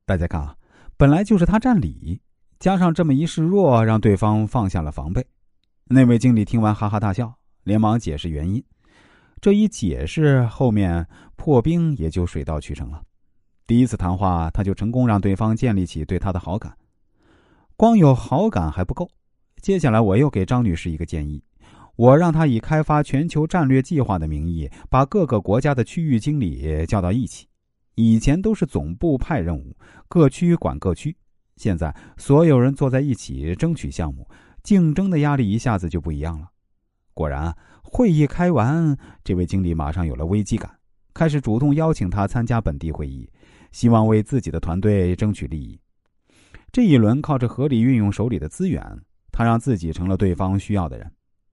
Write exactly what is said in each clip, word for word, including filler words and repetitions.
大家看啊，本来就是他占理，加上这么一示弱，让对方放下了防备。那位经理听完哈哈大笑，连忙解释原因。这一解释，后面破冰也就水到渠成了。第一次谈话，他就成功让对方建立起对他的好感。光有好感还不够，接下来我又给张女士一个建议，我让她以开发全球战略计划的名义，把各个国家的区域经理叫到一起。以前都是总部派任务，各区管各区，现在所有人坐在一起争取项目，竞争的压力一下子就不一样了。果然，会议开完，这位经理马上有了危机感，开始主动邀请他参加本地会议，希望为自己的团队争取利益。这一轮靠着合理运用手里的资源，他让自己成了对方需要的人。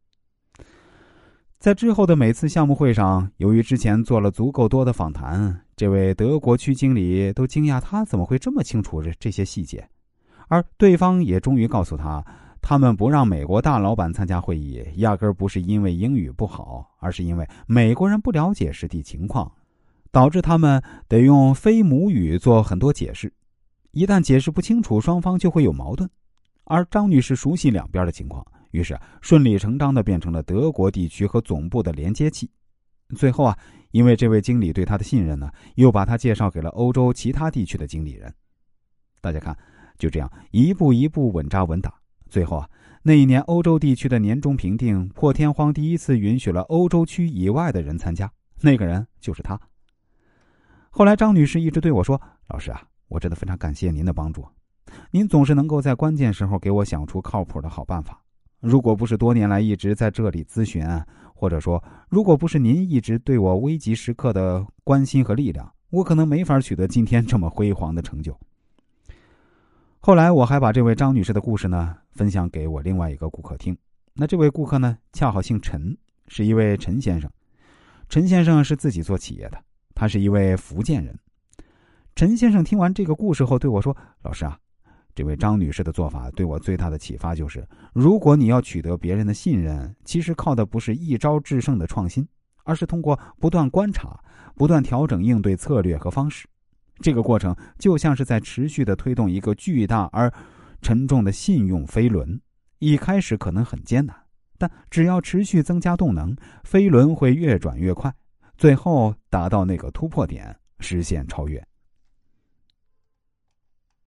在之后的每次项目会上，由于之前做了足够多的访谈，这位德国区经理都惊讶他怎么会这么清楚这些细节，而对方也终于告诉他，他们不让美国大老板参加会议，压根儿不是因为英语不好，而是因为美国人不了解实际情况，导致他们得用非母语做很多解释。一旦解释不清楚，双方就会有矛盾。而张女士熟悉两边的情况，于是顺理成章地变成了德国地区和总部的连接器。最后啊，因为这位经理对她的信任呢，又把她介绍给了欧洲其他地区的经理人。大家看，就这样一步一步稳扎稳打。最后啊，那一年欧洲地区的年终评定，破天荒第一次允许了欧洲区以外的人参加，那个人就是他。后来张女士一直对我说，老师啊，我真的非常感谢您的帮助，您总是能够在关键时候给我想出靠谱的好办法。如果不是多年来一直在这里咨询，或者说如果不是您一直对我危急时刻的关心和力量，我可能没法取得今天这么辉煌的成就。后来我还把这位张女士的故事呢分享给我另外一个顾客听。那这位顾客呢恰好姓陈，是一位陈先生。陈先生是自己做企业的，他是一位福建人。陈先生听完这个故事后对我说，老师啊，这位张女士的做法对我最大的启发就是，如果你要取得别人的信任，其实靠的不是一招制胜的创新，而是通过不断观察，不断调整应对策略和方式。这个过程就像是在持续地推动一个巨大而沉重的信用飞轮，一开始可能很艰难，但只要持续增加动能，飞轮会越转越快，最后达到那个突破点，实现超越。